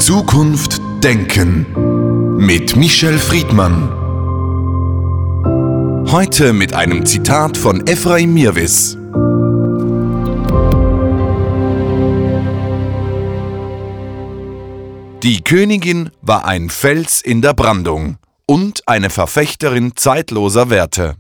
Zukunft denken mit Michel Friedmann. Heute mit einem Zitat von Ephraim Mirwis. Die Königin war ein Fels in der Brandung und eine Verfechterin zeitloser Werte.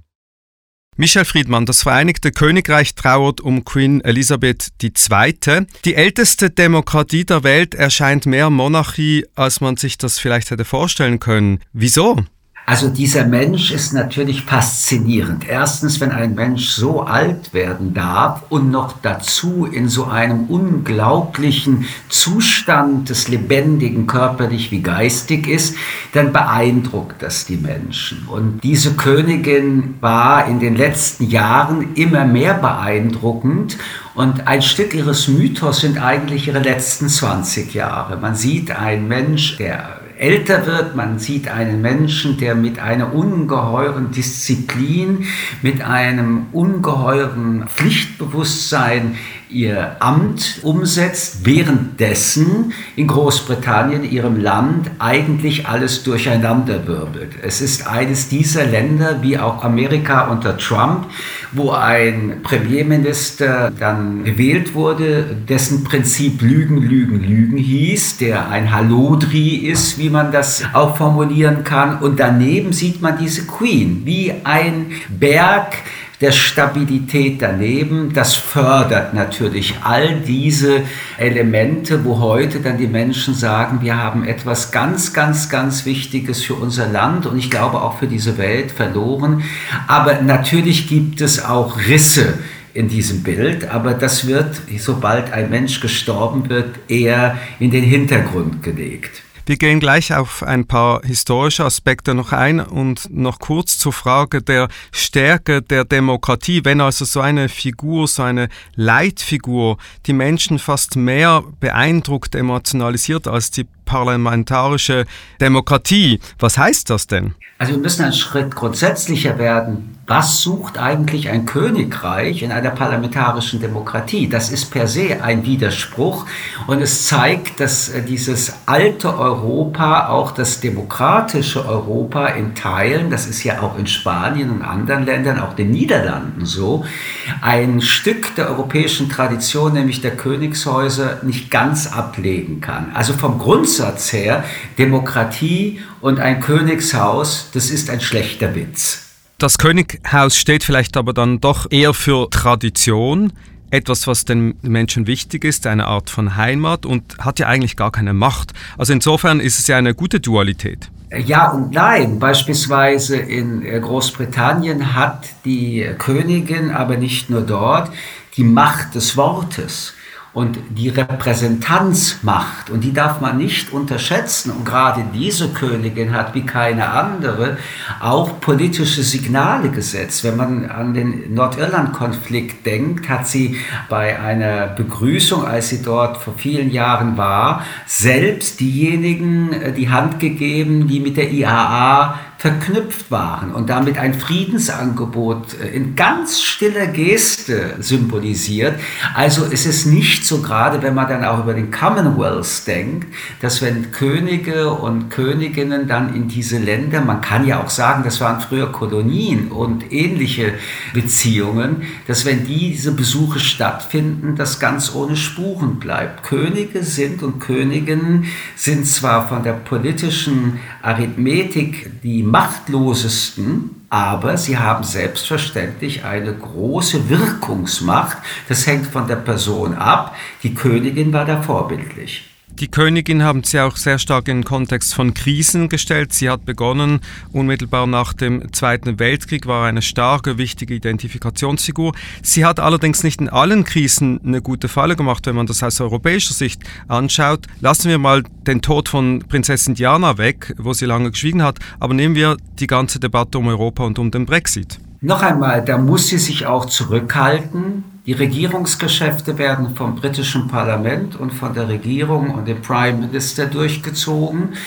Michel Friedmann, das Vereinigte Königreich trauert um Queen Elisabeth II. Die älteste Demokratie der Welt erscheint mehr Monarchie, als man sich das vielleicht hätte vorstellen können. Wieso? Also dieser Mensch ist natürlich faszinierend. Erstens, wenn ein Mensch so alt werden darf und noch dazu in so einem unglaublichen Zustand des Lebendigen, körperlich wie geistig ist, dann beeindruckt das die Menschen. Und diese Königin war in den letzten Jahren immer mehr beeindruckend. Und ein Stück ihres Mythos sind eigentlich ihre letzten 20 Jahre. Man sieht einen Mensch, der älter wird, man sieht einen Menschen, der mit einer ungeheuren Disziplin, mit einem ungeheuren Pflichtbewusstsein ihr Amt umsetzt, währenddessen in Großbritannien, ihrem Land, eigentlich alles durcheinanderwirbelt. Es ist eines dieser Länder, wie auch Amerika unter Trump, wo ein Premierminister dann gewählt wurde, dessen Prinzip Lügen, Lügen, Lügen hieß, der ein Hallodri ist, wie man das auch formulieren kann. Und daneben sieht man diese Queen, wie ein Berg der Stabilität daneben. Das fördert natürlich all diese Elemente, wo heute dann die Menschen sagen, wir haben etwas ganz, ganz, ganz Wichtiges für unser Land und ich glaube auch für diese Welt verloren. Aber natürlich gibt es auch Risse in diesem Bild, aber das wird, sobald ein Mensch gestorben wird, eher in den Hintergrund gelegt. Wir gehen gleich auf ein paar historische Aspekte noch ein und noch kurz zur Frage der Stärke der Demokratie. Wenn also so eine Figur, so eine Leitfigur die Menschen fast mehr beeindruckt, emotionalisiert als die parlamentarische Demokratie, was heißt das denn? Also wir müssen einen Schritt grundsätzlicher werden. Was sucht eigentlich ein Königreich in einer parlamentarischen Demokratie? Das ist per se ein Widerspruch und es zeigt, dass dieses alte Europa, auch das demokratische Europa in Teilen, das ist ja auch in Spanien und anderen Ländern, auch den Niederlanden so, ein Stück der europäischen Tradition, nämlich der Königshäuser, nicht ganz ablegen kann. Also vom Grundsatz her, Demokratie und ein Königshaus, das ist ein schlechter Witz. Das Könighaus steht vielleicht aber dann doch eher für Tradition, etwas, was den Menschen wichtig ist, eine Art von Heimat und hat ja eigentlich gar keine Macht. Also insofern ist es ja eine gute Dualität. Ja und nein. Beispielsweise in Großbritannien hat die Königin, aber nicht nur dort, die Macht des Wortes. Und die Repräsentanzmacht, und die darf man nicht unterschätzen. Und gerade diese Königin hat wie keine andere auch politische Signale gesetzt. Wenn man an den Nordirland-Konflikt denkt, hat sie bei einer Begrüßung, als sie dort vor vielen Jahren war, selbst diejenigen die Hand gegeben, die mit der IAA verknüpft waren und damit ein Friedensangebot in ganz stiller Geste symbolisiert. Also es ist nicht so, gerade wenn man dann auch über den Commonwealth denkt, dass wenn Könige und Königinnen dann in diese Länder, man kann ja auch sagen, das waren früher Kolonien und ähnliche Beziehungen, dass wenn diese Besuche stattfinden, das ganz ohne Spuren bleibt. Könige sind und Königinnen sind zwar von der politischen Arithmetik die machtlosesten, aber sie haben selbstverständlich eine große Wirkungsmacht. Das hängt von der Person ab. Die Königin war da vorbildlich. Die Königin haben Sie auch sehr stark in den Kontext von Krisen gestellt. Sie hat begonnen, unmittelbar nach dem Zweiten Weltkrieg, war eine starke, wichtige Identifikationsfigur. Sie hat allerdings nicht in allen Krisen eine gute Falle gemacht, wenn man das aus europäischer Sicht anschaut. Lassen wir mal den Tod von Prinzessin Diana weg, wo sie lange geschwiegen hat, aber nehmen wir die ganze Debatte um Europa und um den Brexit. Noch einmal, da muss sie sich auch zurückhalten. Die Regierungsgeschäfte werden vom britischen Parlament und von der Regierung und dem Prime Minister durchgezogen.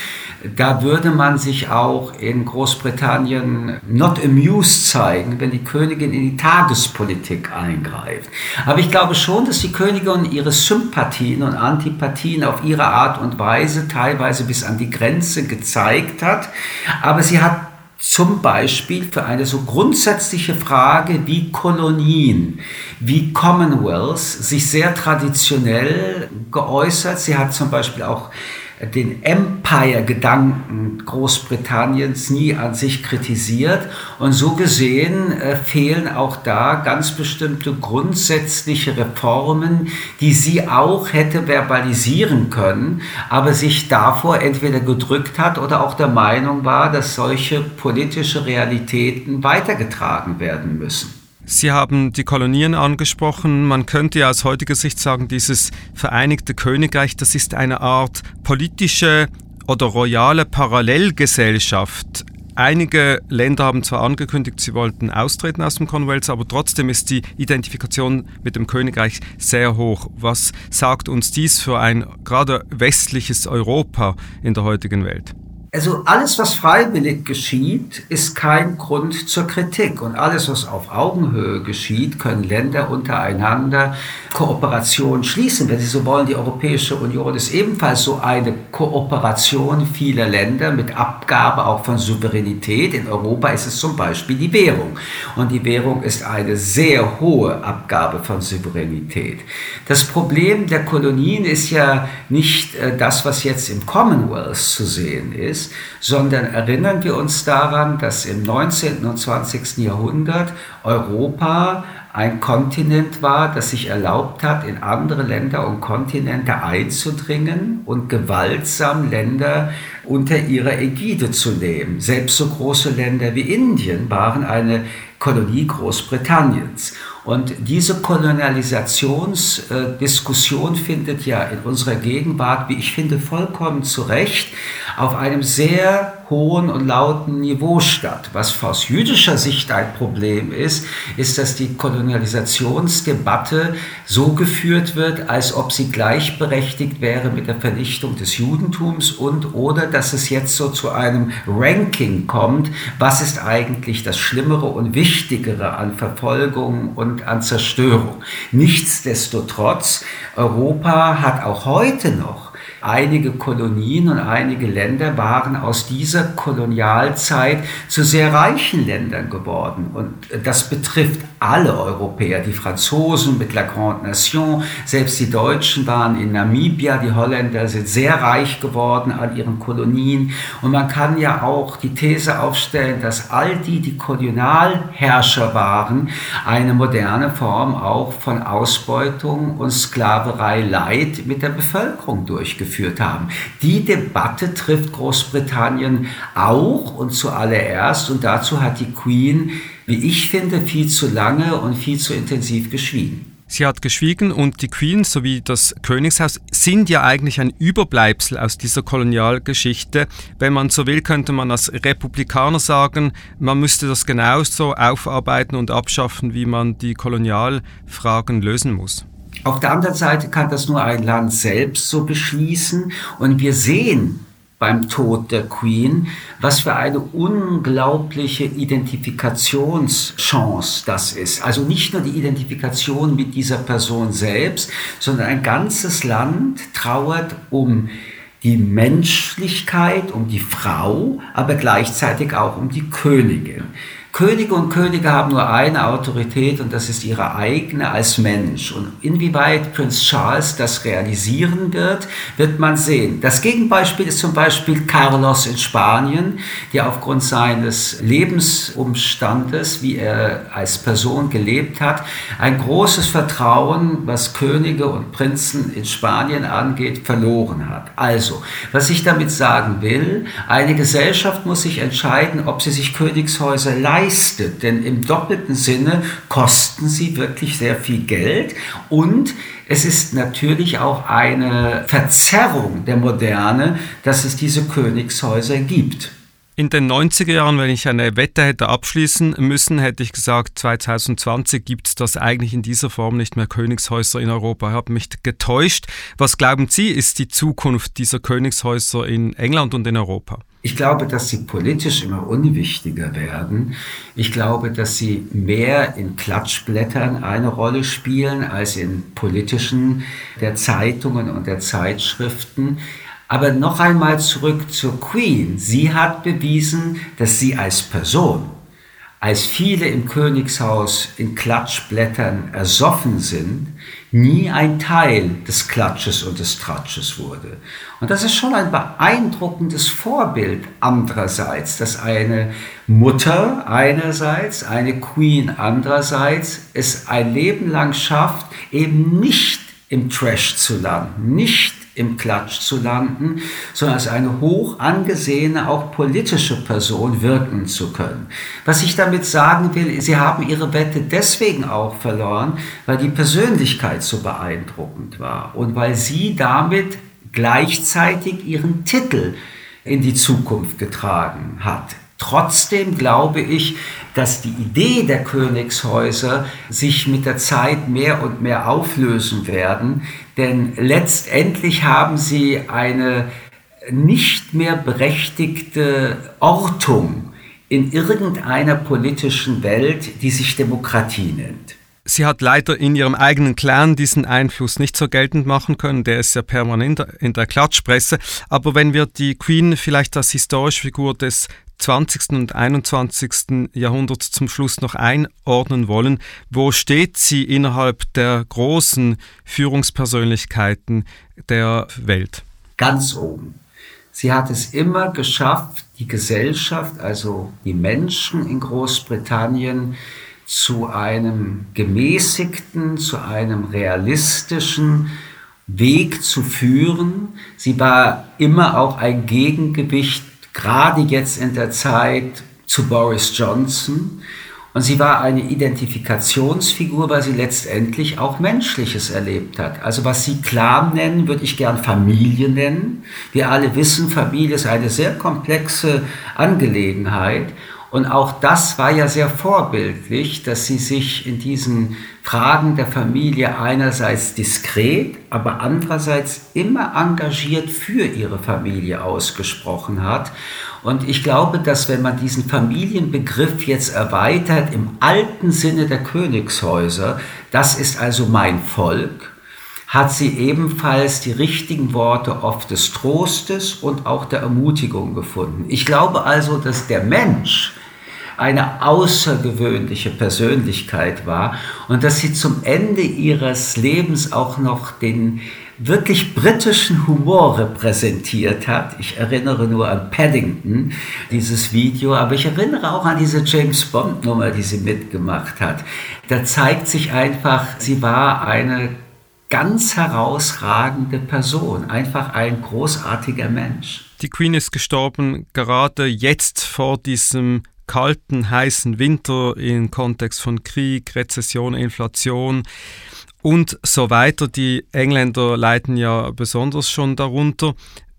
da würde man sich auch in Großbritannien not amused zeigen, wenn die Königin in die Tagespolitik eingreift. Aber ich glaube schon, dass die Königin ihre Sympathien und Antipathien auf ihre Art und Weise teilweise bis an die Grenze gezeigt hat. Aber sie hat zum Beispiel für eine so grundsätzliche Frage wie Kolonien, wie Commonwealths sich sehr traditionell geäußert. Sie hat zum Beispiel auch den Empire-Gedanken Großbritanniens nie an sich kritisiert. Und so gesehen fehlen auch da ganz bestimmte grundsätzliche Reformen, die sie auch hätte verbalisieren können, aber sich davor entweder gedrückt hat oder auch der Meinung war, dass solche politische Realitäten weitergetragen werden müssen. Sie haben die Kolonien angesprochen. Man könnte ja aus heutiger Sicht sagen, dieses Vereinigte Königreich, das ist eine Art politische oder royale Parallelgesellschaft. Einige Länder haben zwar angekündigt, sie wollten austreten aus dem Commonwealth, aber trotzdem ist die Identifikation mit dem Königreich sehr hoch. Was sagt uns dies für ein gerade westliches Europa in der heutigen Welt? Also alles, was freiwillig geschieht, ist kein Grund zur Kritik. Und alles, was auf Augenhöhe geschieht, können Länder untereinander Kooperation schließen. Wenn Sie so wollen, die Europäische Union ist ebenfalls so eine Kooperation vieler Länder mit Abgabe auch von Souveränität. In Europa ist es zum Beispiel die Währung. Und die Währung ist eine sehr hohe Abgabe von Souveränität. Das Problem der Kolonien ist ja nicht das, was jetzt im Commonwealth zu sehen ist, sondern erinnern wir uns daran, dass im 19. und 20. Jahrhundert Europa ein Kontinent war, das sich erlaubt hat, in andere Länder und Kontinente einzudringen und gewaltsam Länder unter ihrer Ägide zu nehmen. Selbst so große Länder wie Indien waren eine Kolonie Großbritanniens. Und diese Kolonialisationsdiskussion findet ja in unserer Gegenwart, wie ich finde, vollkommen zu Recht auf einem sehr hohen und lauten Niveau statt. Was aus jüdischer Sicht ein Problem ist, ist, dass die Kolonialisationsdebatte so geführt wird, als ob sie gleichberechtigt wäre mit der Vernichtung des Judentums und oder dass es jetzt so zu einem Ranking kommt, was ist eigentlich das Schlimmere und Wichtigere an Verfolgung und an Zerstörung. Nichtsdestotrotz, Europa hat auch heute noch einige Kolonien und einige Länder waren aus dieser Kolonialzeit zu sehr reichen Ländern geworden. Und das betrifft alle Europäer, die Franzosen mit La Grande Nation, selbst die Deutschen waren in Namibia, die Holländer sind sehr reich geworden an ihren Kolonien. Und man kann ja auch die These aufstellen, dass all die Kolonialherrscher waren, eine moderne Form auch von Ausbeutung und Sklaverei Light mit der Bevölkerung durchgeführt haben. Die Debatte trifft Großbritannien auch und zuallererst, und dazu hat die Queen, wie ich finde, viel zu lange und viel zu intensiv geschwiegen. Sie hat geschwiegen und die Queen sowie das Königshaus sind ja eigentlich ein Überbleibsel aus dieser Kolonialgeschichte. Wenn man so will, könnte man als Republikaner sagen, man müsste das genauso aufarbeiten und abschaffen, wie man die Kolonialfragen lösen muss. Auf der anderen Seite kann das nur ein Land selbst so beschließen und wir sehen beim Tod der Queen, was für eine unglaubliche Identifikationschance das ist. Also nicht nur die Identifikation mit dieser Person selbst, sondern ein ganzes Land trauert um die Menschlichkeit, um die Frau, aber gleichzeitig auch um die Königin. Könige und Könige haben nur eine Autorität und das ist ihre eigene als Mensch. Und inwieweit Prinz Charles das realisieren wird, wird man sehen. Das Gegenbeispiel ist zum Beispiel Carlos in Spanien, der aufgrund seines Lebensumstandes, wie er als Person gelebt hat, ein großes Vertrauen, was Könige und Prinzen in Spanien angeht, verloren hat. Also, was ich damit sagen will, eine Gesellschaft muss sich entscheiden, ob sie sich Königshäuser leistet. Denn im doppelten Sinne kosten sie wirklich sehr viel Geld und es ist natürlich auch eine Verzerrung der Moderne, dass es diese Königshäuser gibt. In den 90er Jahren, wenn ich eine Wette hätte abschließen müssen, hätte ich gesagt, 2020 gibt es das eigentlich in dieser Form nicht mehr, Königshäuser in Europa. Ich habe mich getäuscht. Was glauben Sie, ist die Zukunft dieser Königshäuser in England und in Europa? Ich glaube, dass sie politisch immer unwichtiger werden. Ich glaube, dass sie mehr in Klatschblättern eine Rolle spielen als in politischen der Zeitungen und der Zeitschriften. Aber noch einmal zurück zur Queen. Sie hat bewiesen, dass sie als Person, als viele im Königshaus in Klatschblättern ersoffen sind, nie ein Teil des Klatsches und des Tratsches wurde. Und das ist schon ein beeindruckendes Vorbild andererseits, dass eine Mutter einerseits, eine Queen andererseits es ein Leben lang schafft, eben nicht im Trash zu landen, nicht im Klatsch zu landen, sondern als eine hoch angesehene, auch politische Person wirken zu können. Was ich damit sagen will, sie haben ihre Wette deswegen auch verloren, weil die Persönlichkeit so beeindruckend war und weil sie damit gleichzeitig ihren Titel in die Zukunft getragen hat. Trotzdem glaube ich, dass die Idee der Königshäuser sich mit der Zeit mehr und mehr auflösen werden, denn letztendlich haben sie eine nicht mehr berechtigte Ortung in irgendeiner politischen Welt, die sich Demokratie nennt. Sie hat leider in ihrem eigenen Clan diesen Einfluss nicht so geltend machen können. Der ist ja permanent in der Klatschpresse. Aber wenn wir die Queen vielleicht als historische Figur des 20. und 21. Jahrhunderts zum Schluss noch einordnen wollen, wo steht sie innerhalb der großen Führungspersönlichkeiten der Welt? Ganz oben. Sie hat es immer geschafft, die Gesellschaft, also die Menschen in Großbritannien, zu einem gemäßigten, zu einem realistischen Weg zu führen. Sie war immer auch ein Gegengewicht, gerade jetzt in der Zeit zu Boris Johnson. Und sie war eine Identifikationsfigur, weil sie letztendlich auch Menschliches erlebt hat. Also was Sie Clan nennen, würde ich gern Familie nennen. Wir alle wissen, Familie ist eine sehr komplexe Angelegenheit. Und auch das war ja sehr vorbildlich, dass sie sich in diesen Fragen der Familie einerseits diskret, aber andererseits immer engagiert für ihre Familie ausgesprochen hat. Und ich glaube, dass wenn man diesen Familienbegriff jetzt erweitert im alten Sinne der Königshäuser, das ist also mein Volk, hat sie ebenfalls die richtigen Worte oft des Trostes und auch der Ermutigung gefunden. Ich glaube also, dass der Mensch eine außergewöhnliche Persönlichkeit war und dass sie zum Ende ihres Lebens auch noch den wirklich britischen Humor repräsentiert hat. Ich erinnere nur an Paddington, dieses Video, aber ich erinnere auch an diese James-Bond-Nummer, die sie mitgemacht hat. Da zeigt sich einfach, sie war eine ganz herausragende Person, einfach ein großartiger Mensch. Die Queen ist gestorben gerade jetzt vor diesem kalten, heißen Winter im Kontext von Krieg, Rezession, Inflation und so weiter. Die Engländer leiden ja besonders schon darunter.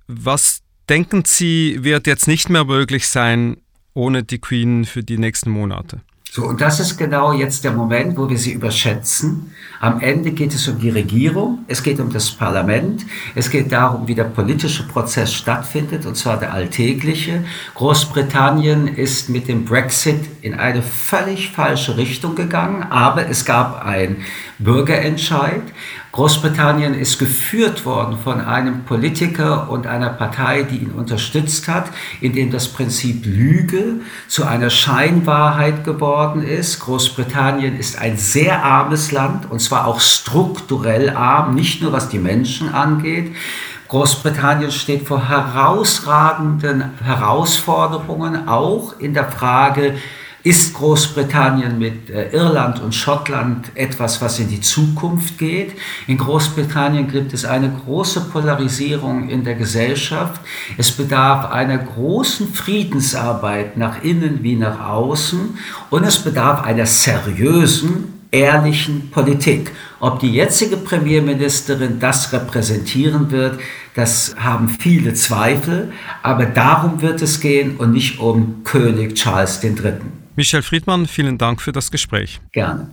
Was denken Sie, wird jetzt nicht mehr möglich sein ohne die Queen für die nächsten Monate? So, und das ist genau jetzt der Moment, wo wir sie überschätzen. Am Ende geht es um die Regierung, es geht um das Parlament, es geht darum, wie der politische Prozess stattfindet, und zwar der alltägliche. Großbritannien ist mit dem Brexit in eine völlig falsche Richtung gegangen, aber es gab einen Bürgerentscheid. Großbritannien ist geführt worden von einem Politiker und einer Partei, die ihn unterstützt hat, indem das Prinzip Lüge zu einer Scheinwahrheit geworden ist. Großbritannien ist ein sehr armes Land, und zwar auch strukturell arm, nicht nur was die Menschen angeht. Großbritannien steht vor herausragenden Herausforderungen, auch in der Frage, ist Großbritannien mit Irland und Schottland etwas, was in die Zukunft geht? In Großbritannien gibt es eine große Polarisierung in der Gesellschaft. Es bedarf einer großen Friedensarbeit nach innen wie nach außen. Und es bedarf einer seriösen ehrlichen Politik. Ob die jetzige Premierministerin das repräsentieren wird, das haben viele Zweifel, aber darum wird es gehen und nicht um König Charles III. Michel Friedmann, vielen Dank für das Gespräch. Gerne.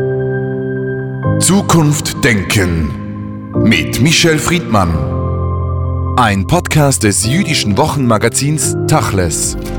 Zukunft denken mit Michel Friedmann. Ein Podcast des jüdischen Wochenmagazins Tachles.